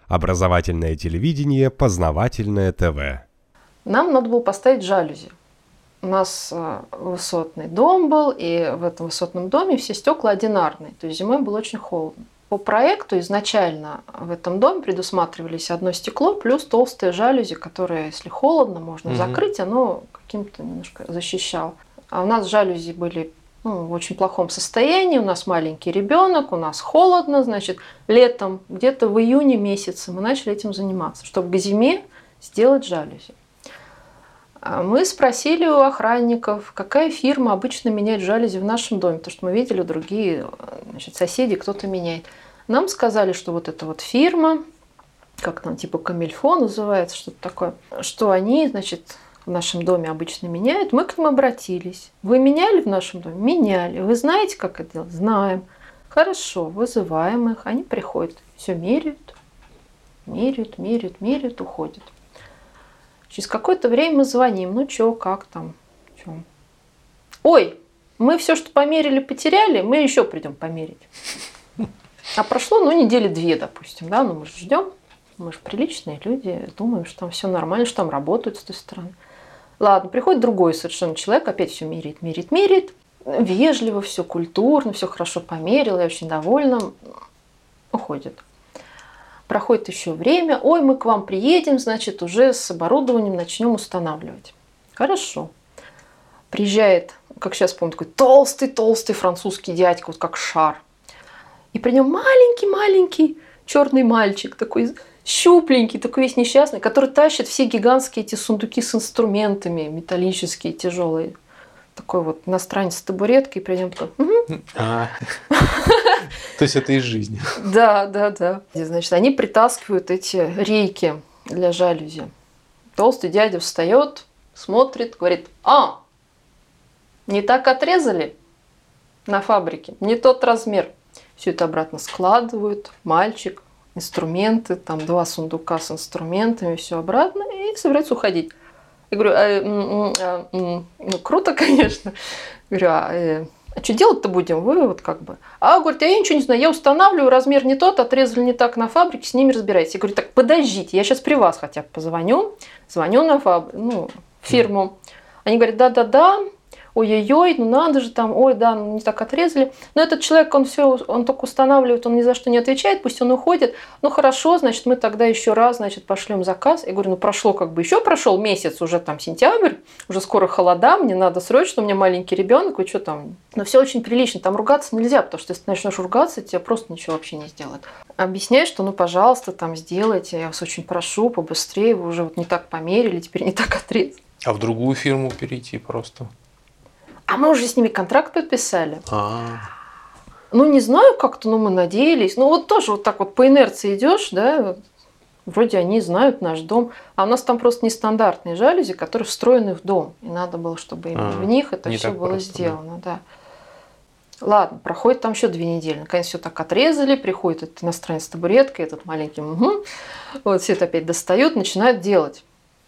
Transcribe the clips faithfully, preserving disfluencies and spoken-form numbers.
Образовательное телевидение, познавательное ТВ. Нам надо было поставить жалюзи. У нас высотный дом был, и в этом высотном доме все стекла одинарные. То есть зимой было очень холодно. По проекту изначально в этом доме предусматривались одно стекло плюс толстые жалюзи, которые, если холодно, можно угу. закрыть, оно каким-то немножко защищало. А у нас жалюзи были ну, в очень плохом состоянии, у нас маленький ребенок, у нас холодно, значит, летом, где-то в июне месяце мы начали этим заниматься, чтобы к зиме сделать жалюзи. Мы спросили у охранников, какая фирма обычно меняет жалюзи в нашем доме, потому что мы видели другие, значит, соседи, кто-то меняет. Нам сказали, что вот эта вот фирма, как там, типа Комильфо называется, что-то такое, что они, значит, в нашем доме обычно меняют. Мы к ним обратились. Вы меняли в нашем доме? Меняли. Вы знаете, как это делать? Знаем. Хорошо, вызываем их. Они приходят, все меряют, меряют, меряют, меряют, уходят. Через какое-то время мы звоним. Ну, чё, как там? Чё? Ой, мы все, что померили, потеряли, мы еще придем померить. А прошло, ну, недели две, допустим, да, ну, мы же ждем. Мы же приличные люди, думаем, что там все нормально, что там работают с той стороны. Ладно, приходит другой совершенно человек, опять все меряет, меряет, меряет. Вежливо, все культурно, все хорошо померил, я очень довольна. Уходит. Проходит еще время. Ой, мы к вам приедем, значит, уже с оборудованием начнем устанавливать. Хорошо. Приезжает, как сейчас помню, такой толстый-толстый французский дядька, вот как шар. И при нем маленький-маленький черный мальчик, такой щупленький, такой весь несчастный, который тащит все гигантские эти сундуки с инструментами, металлические, тяжелые. Такой вот иностранец с табуреткой, и при нем такой... То есть это из жизни. Да, да, да. Значит, они притаскивают эти рейки для жалюзи. Толстый дядя встает, смотрит, говорит: а, не так отрезали на фабрике, не тот размер. Все это обратно складывают, мальчик, инструменты, там два сундука с инструментами, все обратно, и собираются уходить. Я говорю: а, а, а, ну круто, конечно. Говорю: а, э, а что делать-то будем? Вы вот как бы. А, говорит, я ничего не знаю, я устанавливаю, размер не тот, отрезали не так на фабрике, с ними разбирайтесь. Я говорю: так подождите, я сейчас при вас хотя бы позвоню, звоню на фаб... ну, фирму. Они говорят: да-да-да. Ой-ой-ой, ну надо же там, ой, да, не так отрезали. Но этот человек, он все, он только устанавливает, он ни за что не отвечает, пусть он уходит. Ну хорошо, значит, мы тогда еще раз, значит, пошлем заказ. Я говорю: ну прошло как бы, еще прошел месяц, уже там сентябрь, уже скоро холода, мне надо срочно, у меня маленький ребенок, вы что там? Но все очень прилично, там ругаться нельзя, потому что если ты начнешь ругаться, тебе просто ничего вообще не сделают. Объясняю, что ну пожалуйста, там сделайте, я вас очень прошу, побыстрее, вы уже вот не так померили, теперь не так отрезали. А в другую фирму перейти просто? А мы уже с ними контракт подписали. А-а-а. Ну, не знаю как-то, но мы надеялись. Ну, вот тоже вот так вот по инерции идешь, да, вроде они знают наш дом. А у нас там просто нестандартные жалюзи, которые встроены в дом. И надо было, чтобы именно А-а-а. в них это все было просто, сделано. Да. Да. Ладно, проходит там еще две недели. Наконец все так отрезали, приходит этот иностранец с табуреткой, этот маленький, угу. Вот все это опять достают, начинают делать.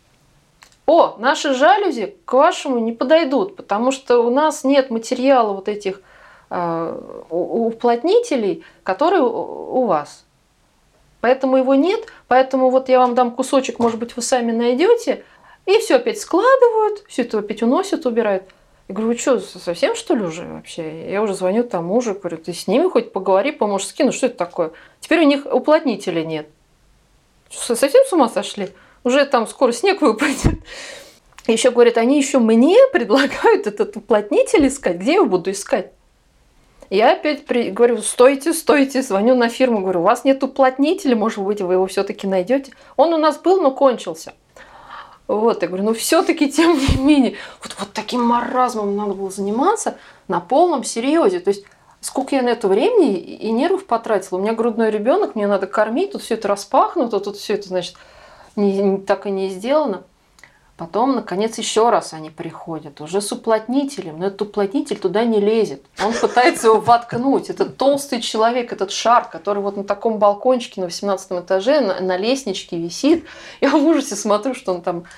О, наши жалюзи к вашему не подойдут, потому что у нас нет материала вот этих э, уплотнителей, которые у вас. Поэтому его нет, поэтому вот я вам дам кусочек, может быть, вы сами найдете, и все опять складывают, все это опять уносят, убирают. Я говорю: вы что, совсем что ли уже вообще? Я уже звоню тому же, говорю: ты с ними хоть поговори по-мужски, ну что это такое? Теперь у них уплотнителя нет. Что, совсем с ума сошли? Уже там скоро снег выпадет. Еще говорят, они еще мне предлагают этот уплотнитель искать. Где я его буду искать? Я опять при... говорю: стойте, стойте, звоню на фирму, говорю: у вас нет уплотнителя, может быть, вы его все-таки найдете. Он у нас был, но кончился. Вот, я говорю: ну все-таки, тем не менее, вот, вот таким маразмом надо было заниматься на полном серьезе. То есть, сколько я на это времени и нервов потратила. У меня грудной ребенок, мне надо кормить, тут все это распахнуто, тут все это, значит, Не, не, так и не сделано. Потом, наконец, еще раз они приходят, уже с уплотнителем, но этот уплотнитель туда не лезет. Он пытается его воткнуть. Этот толстый человек, этот шар, который вот на таком балкончике на восемнадцатом этаже, на, на лестничке висит. Я в ужасе смотрю, что он там,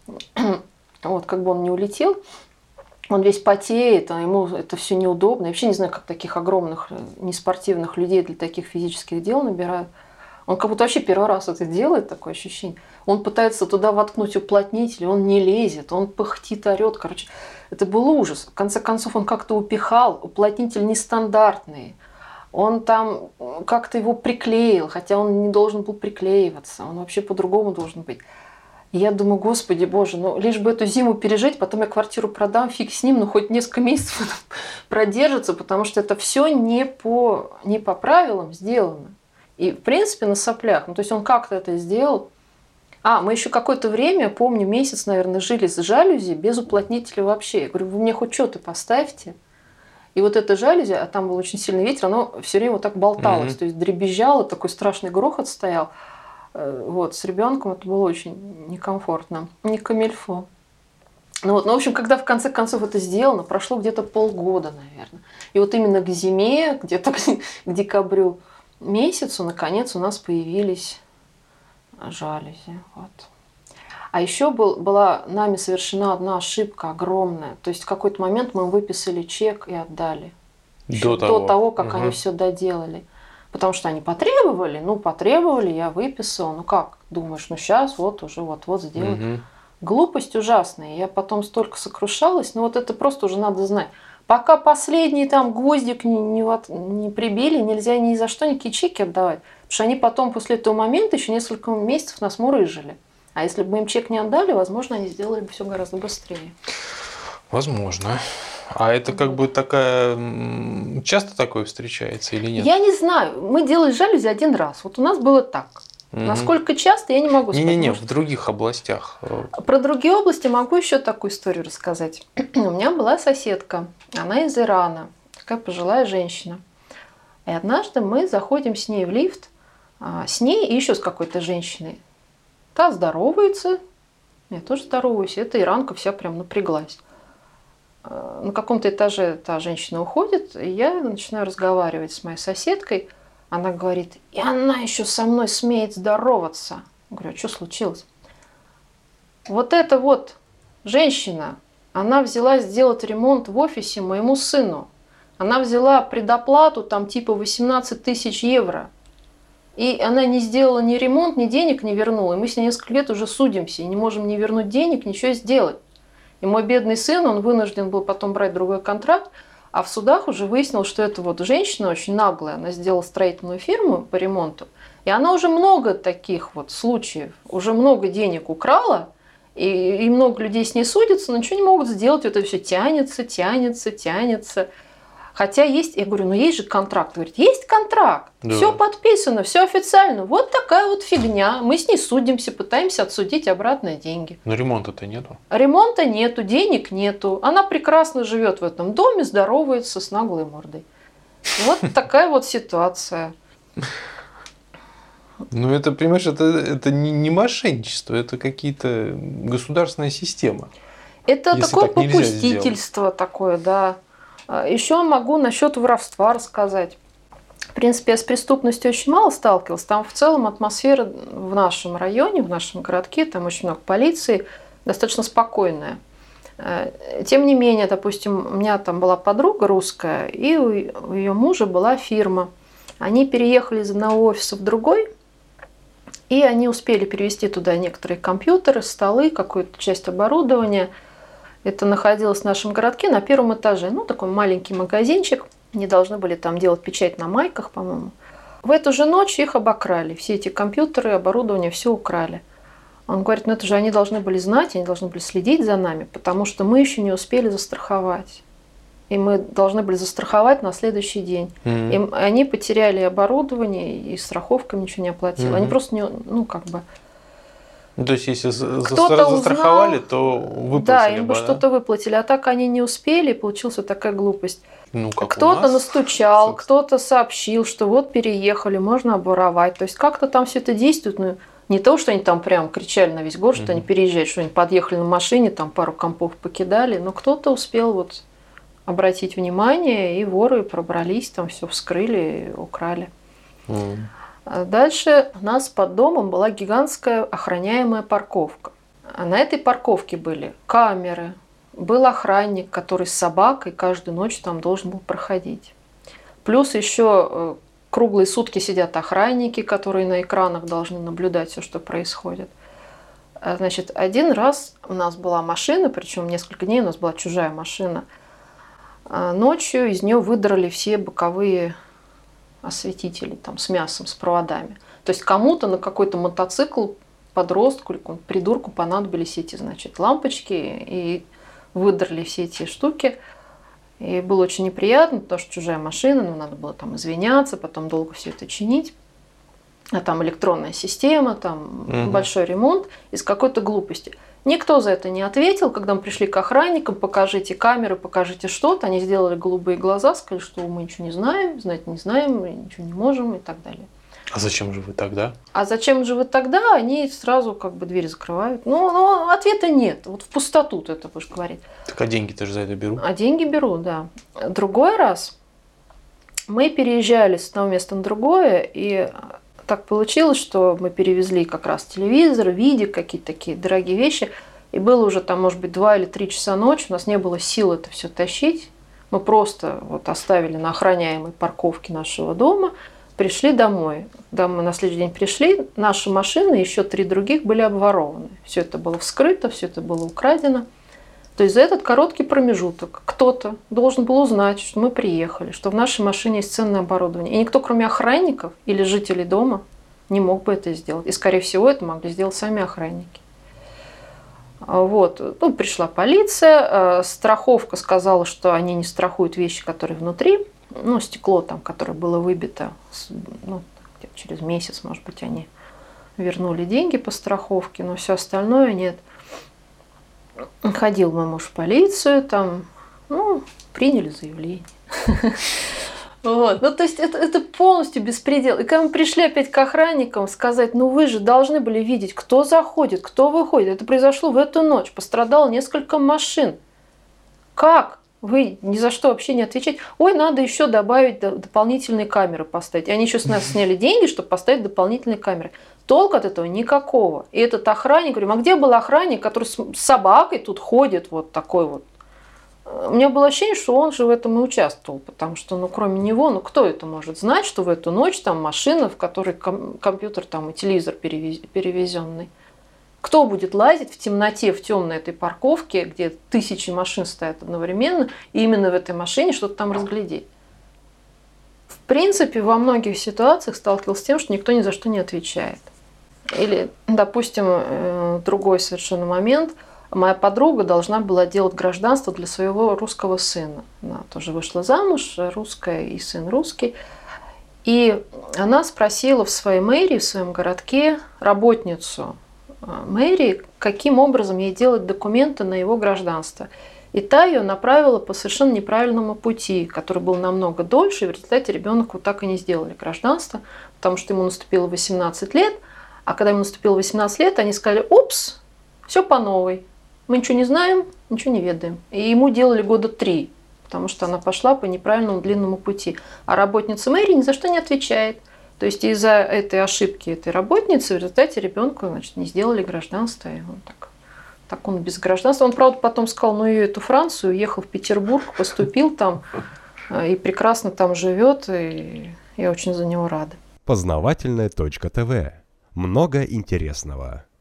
вот как бы он не улетел. Он весь потеет, а ему это все неудобно. Я вообще не знаю, как таких огромных, неспортивных людей для таких физических дел набирают. Он как будто вообще первый раз это делает, такое ощущение. Он пытается туда воткнуть уплотнитель, он не лезет, он пыхтит, орет. Короче, это был ужас. В конце концов, он как-то упихал, уплотнитель нестандартный. Он там как-то его приклеил, хотя он не должен был приклеиваться. Он вообще по-другому должен быть. И я думаю, господи боже, ну лишь бы эту зиму пережить, потом я квартиру продам, фиг с ним, ну хоть несколько месяцев продержится, потому что это все не по, не по правилам сделано. И в принципе на соплях. Ну то есть он как-то это сделал. А, мы еще какое-то время, помню, месяц, наверное, жили с жалюзи без уплотнителя вообще. Я говорю, вы мне хоть что-то поставьте. И вот это жалюзи, а там был очень сильный ветер, оно все время вот так болталось, mm-hmm. то есть дребезжало, такой страшный грохот стоял. Вот, с ребенком это было очень некомфортно, не камильфо. Ну вот, ну, в общем, когда в конце концов это сделано, прошло где-то полгода, наверное. И вот именно к зиме, где-то к декабрю месяцу, наконец, у нас появились жалюзи. Вот. А еще был, была нами совершена одна ошибка огромная. То есть в какой-то момент мы выписали чек и отдали. До того. До того, как угу. они все доделали. Потому что они потребовали, ну потребовали, я выписала. Ну как, думаешь, ну сейчас вот уже вот-вот сделают. Угу. Глупость ужасная. Я потом столько сокрушалась. Но вот это просто уже надо знать. Пока последний там гвоздик не, не, вот, не прибили, нельзя ни за что никакие чеки отдавать. Потому что они потом после этого момента еще несколько месяцев нас мурыжили. А если бы мы им чек не отдали, возможно, они сделали бы все гораздо быстрее. Возможно. А это как бы такая... Часто такое встречается или нет? Я не знаю. Мы делали жалюзи один раз. Вот у нас было так. Угу. Насколько часто, я не могу сказать. Не-не-не, в других областях. Про другие области могу еще такую историю рассказать. У меня была соседка. Она из Ирана. Такая пожилая женщина. И однажды мы заходим с ней в лифт. С ней и еще с какой-то женщиной. Та здоровается. Я тоже здороваюсь. Эта иранка вся прям напряглась. На каком-то этаже та женщина уходит, и я начинаю разговаривать с моей соседкой. Она говорит, и она еще со мной смеет здороваться. Я говорю, а что случилось? Вот эта вот женщина, она взялась сделать ремонт в офисе моему сыну. Она взяла предоплату там типа восемнадцать тысяч евро. И она не сделала ни ремонт, ни денег не вернула. И мы с ней несколько лет уже судимся и не можем ни вернуть денег, ничего сделать. И мой бедный сын, он вынужден был потом брать другой контракт, а в судах уже выяснилось, что эта вот женщина очень наглая, она сделала строительную фирму по ремонту, и она уже много таких вот случаев, уже много денег украла, и, и много людей с ней судятся, но ничего не могут сделать, это все тянется, тянется, тянется. Хотя есть, я говорю, ну есть же контракт. Говорит, есть контракт, да. Все подписано, все официально. Вот такая вот фигня. Мы с ней судимся, пытаемся отсудить обратно деньги. Но ремонта-то нету. Ремонта нету, денег нету. Она прекрасно живет в этом доме, здоровается с наглой мордой. Вот такая вот ситуация. Ну, это, понимаешь, это, это не мошенничество, это какие-то государственная система. Это такое попустительство такое, да. Еще могу насчет воровства рассказать. В принципе, я с преступностью очень мало сталкивалась. Там в целом атмосфера в нашем районе, в нашем городке, там очень много полиции, достаточно спокойная. Тем не менее, допустим, у меня там была подруга русская, и у ее мужа была фирма. Они переехали из одного офиса в другой, и они успели перевезти туда некоторые компьютеры, столы, какую-то часть оборудования. Это находилось в нашем городке на первом этаже. Ну, такой маленький магазинчик. Они должны были там делать печать на майках, по-моему. В эту же ночь их обокрали. Все эти компьютеры, оборудование, все украли. Он говорит, ну это же они должны были знать, они должны были следить за нами, потому что мы еще не успели застраховать. И мы должны были застраховать на следующий день. Mm-hmm. И они потеряли оборудование, и страховка ничего не оплатила. Mm-hmm. Они просто не, ну как бы... То есть, если застраховали, узнал, то выплатили. Да, им бы да? что-то выплатили. А так они не успели, и получилась вот такая глупость. Ну, кто-то настучал, кто-то сообщил, что вот переехали, можно обворовать. То есть, как-то там все это действует. Ну, не то, что они там прям кричали на весь город, что mm-hmm. они переезжают, что они подъехали на машине, там пару компов покидали. Но кто-то успел вот обратить внимание, и воры пробрались, там все вскрыли, украли. Mm-hmm. Дальше у нас под домом была гигантская охраняемая парковка. А на этой парковке были камеры, был охранник, который с собакой каждую ночь там должен был проходить. Плюс еще круглые сутки сидят охранники, которые на экранах должны наблюдать все, что происходит. Значит, один раз у нас была машина, причем несколько дней у нас была чужая машина. Ночью из нее выдрали все боковые осветители там, с мясом, с проводами. То есть кому-то на какой-то мотоцикл, подростку или какому-то придурку понадобились эти, значит, лампочки, и выдрали все эти штуки. И было очень неприятно, потому что чужая машина, ну, надо было там извиняться, потом долго все это чинить. А там электронная система, там угу. большой ремонт из какой-то глупости. Никто за это не ответил. Когда мы пришли к охранникам, покажите камеры, покажите что-то, они сделали голубые глаза, сказали, что мы ничего не знаем, знать не знаем, мы ничего не можем и так далее. А зачем же вы тогда? А зачем же вы тогда? Они сразу как бы дверь закрывают. Ну, ну ответа нет. Вот в пустоту ты это будешь говорить. Так а деньги тоже за это беру? А деньги беру, да. Другой раз мы переезжали с одного места на другое, и так получилось, что мы перевезли как раз телевизор, видео, какие-то такие дорогие вещи. И было уже там, может быть, два или три часа ночи. У нас не было сил это все тащить. Мы просто вот оставили на охраняемой парковке нашего дома, пришли домой. Когда мы на следующий день пришли, наши машины и еще три других были обворованы. Все это было вскрыто, все это было украдено. То есть за этот короткий промежуток кто-то должен был узнать, что мы приехали, что в нашей машине есть ценное оборудование. И никто, кроме охранников или жителей дома, не мог бы это сделать. И, скорее всего, это могли сделать сами охранники. Вот. Ну, пришла полиция, страховка сказала, что они не страхуют вещи, которые внутри. Ну, стекло, там, которое было выбито, ну, через месяц, может быть, они вернули деньги по страховке, но все остальное нет. Ходил мой муж в полицию, там, ну, приняли заявление. Вот. Ну, то есть это, это полностью беспредел. И когда мы пришли опять к охранникам сказать, ну вы же должны были видеть, кто заходит, кто выходит. Это произошло в эту ночь. Пострадало несколько машин. Как? Вы ни за что вообще не отвечаете. Ой, надо еще добавить дополнительные камеры поставить. И они еще с нас сняли деньги, чтобы поставить дополнительные камеры. Толку от этого никакого. И этот охранник, говорю, а где был охранник, который с собакой тут ходит, вот такой вот. У меня было ощущение, что он же в этом и участвовал, потому что, ну, кроме него, ну, кто это может знать, что в эту ночь там машина, в которой ком- компьютер там и телевизор перевез- перевезенный. Кто будет лазить в темноте, в темной этой парковке, где тысячи машин стоят одновременно, и именно в этой машине что-то там разглядеть? В принципе, во многих ситуациях сталкивался с тем, что никто ни за что не отвечает. Или, допустим, другой совершенно момент. Моя подруга должна была делать гражданство для своего русского сына. Она тоже вышла замуж, русская, и сын русский. И она спросила в своей мэрии, в своем городке, работницу мэрии, каким образом ей делать документы на его гражданство. И та ее направила по совершенно неправильному пути, который был намного дольше, и в результате ребенку так и не сделали гражданство, потому что ему наступило восемнадцать лет, а когда ему наступило восемнадцать лет, они сказали, упс, все по новой. Мы ничего не знаем, ничего не ведаем. И ему делали года три, потому что она пошла по неправильному длинному пути. А работница мэрии ни за что не отвечает. То есть из-за этой ошибки этой работницы в результате ребенку, значит, не сделали гражданство, и он так, так он без гражданства. Он, правда, потом сказал, ну и эту Францию, уехал в Петербург, поступил там и прекрасно там живет, и я очень за него рада. Познавательная точка ТВ. Много интересного.